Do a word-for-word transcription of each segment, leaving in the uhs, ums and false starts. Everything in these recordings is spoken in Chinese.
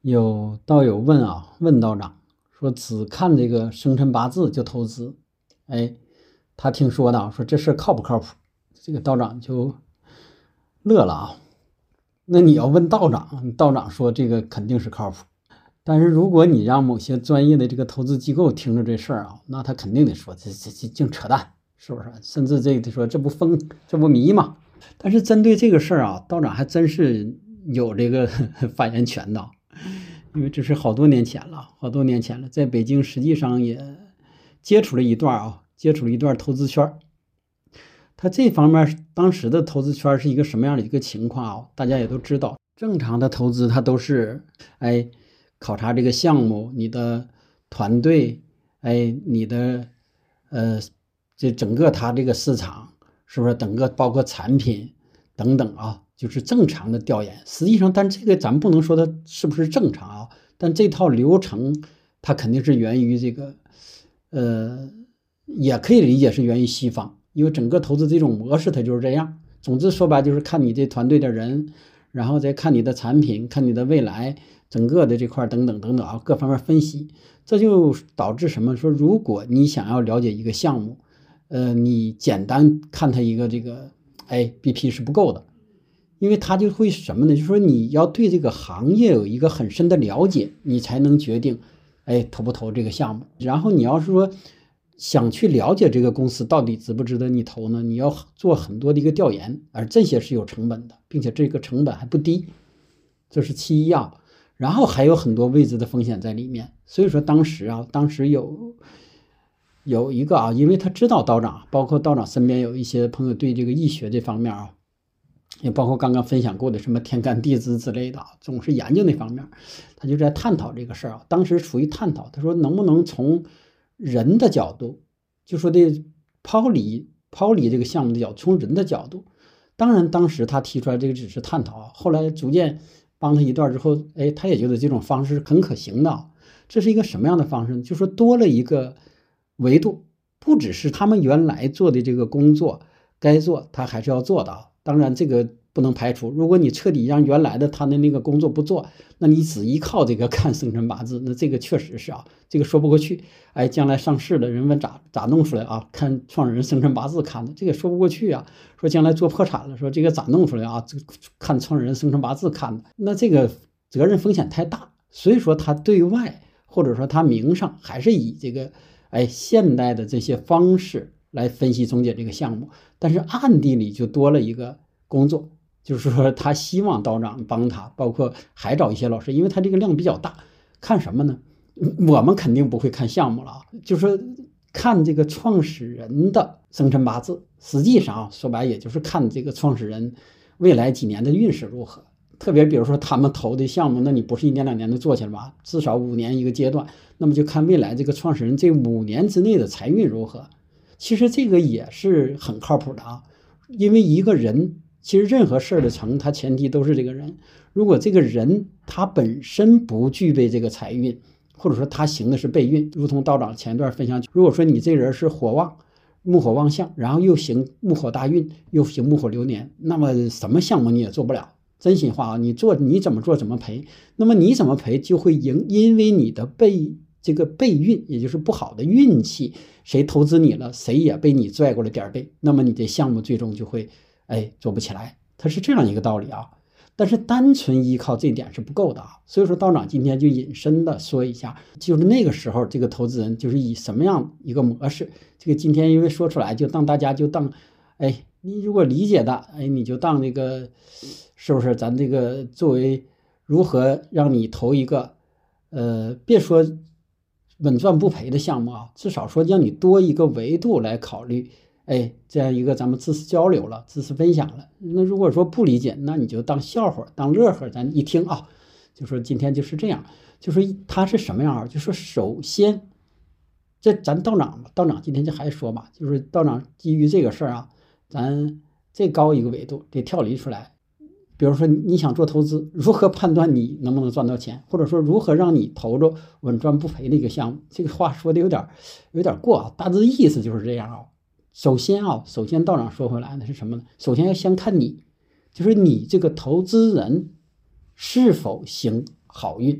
有道友问啊，问道长说只看这个生辰八字就投资，哎，他听说的说这事靠不靠谱？这个道长就乐了啊。那你要问道长，道长说这个肯定是靠谱。但是如果你让某些专业的这个投资机构听着这事儿啊，那他肯定得说这这这净扯淡，是不是？甚至这说这不疯，这不迷吗？但是针对这个事儿啊，道长还真是有这个发言权的。因为这是好多年前了，好多年前了，在北京实际上也接触了一段啊，接触了一段投资圈。他这方面当时的投资圈是一个什么样的一个情况啊？大家也都知道，正常的投资它都是哎考察这个项目，你的团队，哎你的呃这整个它这个市场是不是整个包括产品等等啊？就是正常的调研，实际上，但这个咱不能说它是不是正常啊？但这套流程它肯定是源于这个，呃，也可以理解是源于西方，因为整个投资这种模式它就是这样。总之说白就是看你这团队的人，然后再看你的产品，看你的未来，整个的这块等等等等啊，各方面分析，这就导致什么？说如果你想要了解一个项目，呃，你简单看它一个这个，哎 ，B P 是不够的。因为他就会什么呢？就是说你要对这个行业有一个很深的了解，你才能决定，哎，投不投这个项目。然后你要是说想去了解这个公司到底值不值得你投呢，你要做很多的一个调研，而这些是有成本的，并且这个成本还不低，这是其一啊。然后还有很多未知的风险在里面。所以说当时啊，当时有有一个啊，因为他知道道长，包括道长身边有一些朋友对这个易学这方面啊。也包括刚刚分享过的什么天干地支之类的，总是研究那方面，他就在探讨这个事儿啊。当时处于探讨，他说能不能从人的角度，就说的抛离抛离这个项目的角度，从人的角度。当然，当时他提出来这个只是探讨，后来逐渐帮他一段之后，哎，他也觉得这种方式很可行的。这是一个什么样的方式呢？就说多了一个维度，不只是他们原来做的这个工作该做，他还是要做的。当然，这个不能排除。如果你彻底让原来的他的那个工作不做，那你只依靠这个看生辰八字，那这个确实是啊，这个说不过去。哎，将来上市的人们咋咋弄出来啊？看创始人生辰八字看的，这个说不过去啊。说将来做破产了，说这个咋弄出来啊？这个看创始人生辰八字看的，那这个责任风险太大。所以说他对外或者说他名上还是以这个哎现代的这些方式来分析总结这个项目，但是暗地里就多了一个工作，就是说他希望道长帮他，包括还找一些老师，因为他这个量比较大。看什么呢？我们肯定不会看项目了啊，就是看这个创始人的生辰八字。实际上说白也就是看这个创始人未来几年的运势如何。特别比如说他们投的项目，那你不是一年两年就做起来吧？至少五年一个阶段，那么就看未来这个创始人这五年之内的财运如何。其实这个也是很靠谱的啊，因为一个人其实任何事儿的成，它前提都是这个人。如果这个人他本身不具备这个财运，或者说他行的是背运，如同道长前段分享，如果说你这人是火旺，木火旺相，然后又行木火大运，又行木火流年，那么什么项目你也做不了。真心话啊，你做你怎么做怎么赔，那么你怎么赔就会赢，因为你的背这个背运，也就是不好的运气，谁投资你了，谁也被你拽过来点背，那么你这项目最终就会哎做不起来，它是这样一个道理啊。但是单纯依靠这点是不够的啊，所以说道长今天就引申的说一下，就是那个时候这个投资人就是以什么样一个模式，这个今天因为说出来就当大家就当，哎，你如果理解的，哎，你就当那个是不是咱这个作为如何让你投一个，呃，别说稳赚不赔的项目啊，至少说让你多一个维度来考虑。哎，这样一个咱们知识交流了，知识分享了。那如果说不理解，那你就当笑话，当乐呵，咱一听啊，就说今天就是这样，就说他是什么样啊？就说首先，这咱道长道长今天就还说嘛，就是道长基于这个事儿啊，咱再高一个维度得跳离出来。比如说你想做投资，如何判断你能不能赚到钱，或者说如何让你投着稳赚不赔的一个项目？这个话说的有点有点过啊，大致意思就是这样啊。首先啊，首先道长说回来呢是什么呢？首先要先看你，就是你这个投资人是否行好运。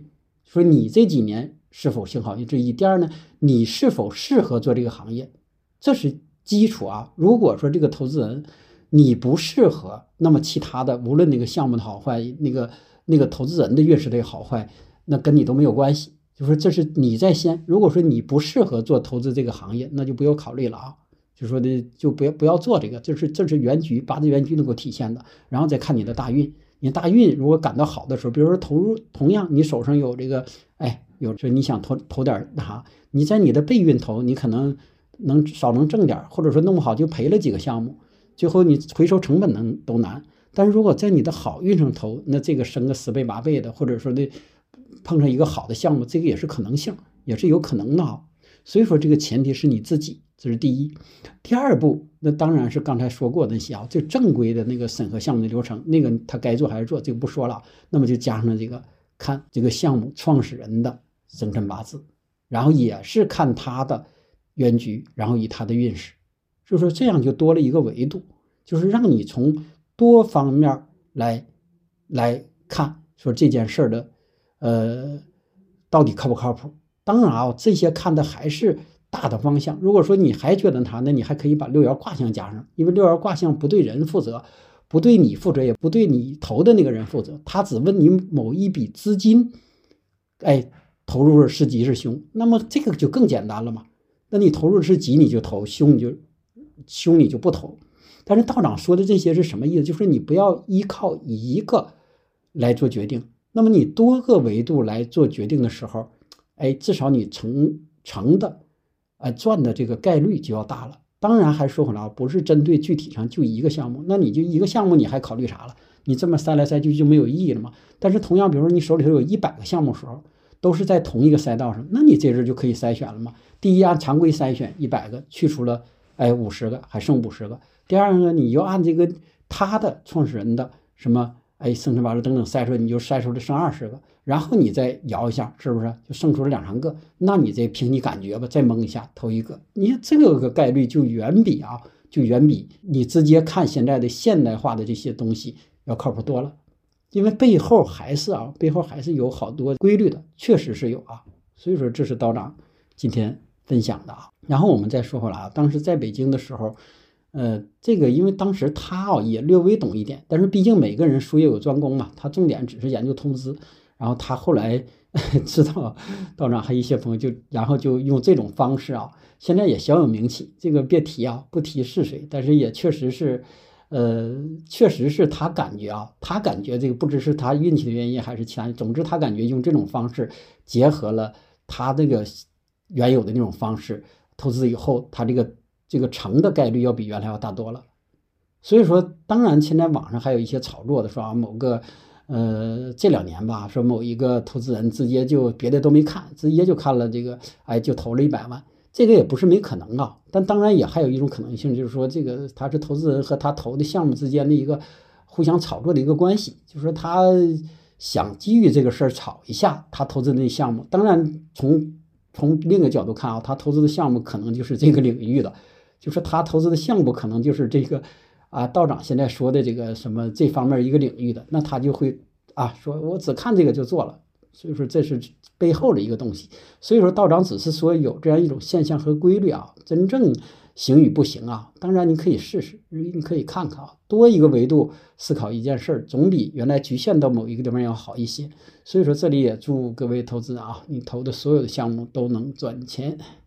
说你这几年是否行好运，这一。第二呢，你是否适合做这个行业，这是基础啊。如果说这个投资人你不适合，那么其他的无论那个项目的好坏，那个那个投资人的运势的好坏，那跟你都没有关系。就说这是你在先，如果说你不适合做投资这个行业，那就不要考虑了啊。就说的就不要不要做这个，这是这是原局八字原局能够体现的。然后再看你的大运，你大运如果感到好的时候，比如说投入同样你手上有这个，哎，有说你想投投点啥，你在你的背运投，你可能能少能挣点，或者说弄不好就赔了几个项目，最后你回收成本能都难。但是如果在你的好运上投，那这个升个十倍八倍的，或者说的碰上一个好的项目，这个也是可能性，也是有可能的啊。所以说这个前提是你自己，这是第一。第二步，那当然是刚才说过的那些啊，最正规的那个审核项目的流程，那个他该做还是做，这个不说了。那么就加上了这个看这个项目创始人的生辰八字，然后也是看他的原局，然后以他的运势，所以说这样就多了一个维度，就是让你从多方面来来看说这件事的呃到底靠不靠谱。当然啊，这些看的还是大的方向。如果说你还觉得他，那你还可以把六爻卦象加上，因为六爻卦象不对人负责，不对你负责，也不对你投的那个人负责，他只问你某一笔资金，哎，投入是吉是凶，那么这个就更简单了嘛。那你投入是吉你就投，凶你就凶你就不投。但是道长说的这些是什么意思？就是你不要依靠一个来做决定，那么你多个维度来做决定的时候，哎，至少你成成的，哎，赚的这个概率就要大了。当然还说回来，不是针对具体上就一个项目，那你就一个项目你还考虑啥了？你这么筛来筛去就没有意义了嘛。但是同样，比如说你手里头有一百个项目时候，都是在同一个赛道上，那你这阵就可以筛选了嘛。第一，按常规筛选一百个，去除了哎五十个，还剩五十个。第二个，你就按这个他的创始人的什么哎生辰八字等等筛出来，你就筛出来剩二十个。然后你再摇一下，是不是就剩出了两三个？那你这凭你感觉吧，再蒙一下投一个，你看这个概率就远比啊，就远比你直接看现在的现代化的这些东西要靠谱多了。因为背后还是啊，背后还是有好多规律的，确实是有啊。所以说这是道长今天分享的啊。然后我们再说回来啊，当时在北京的时候，呃，这个因为当时他啊也略微懂一点，但是毕竟每个人术业有专攻嘛，他重点只是研究投资。然后他后来知道道长还有一些朋友就然后就用这种方式啊，现在也小有名气。这个别提啊，不提是谁，但是也确实是，呃，确实是他感觉啊，他感觉这个不知是他运气的原因还是其他，总之他感觉用这种方式结合了他这个原有的那种方式投资以后，他这个这个成的概率要比原来要大多了。所以说，当然现在网上还有一些炒作的说啊，某个。呃，这两年吧，说某一个投资人直接就别的都没看，直接就看了这个，哎，就投了一百万，这个也不是没可能啊。但当然也还有一种可能性，就是说这个他是投资人和他投的项目之间的一个互相炒作的一个关系，就是说他想基于这个事儿炒一下他投资的项目。当然从从另一个角度看啊，他投资的项目可能就是这个领域的，就是他投资的项目可能就是这个。啊，道长现在说的这个什么这方面一个领域的，那他就会啊说，我只看这个就做了，所以说这是背后的一个东西。所以说道长只是说有这样一种现象和规律啊，真正行与不行啊，当然你可以试试，你可以看看啊，多一个维度思考一件事儿，总比原来局限到某一个地方要好一些。所以说这里也祝各位投资人啊，你投的所有的项目都能赚钱。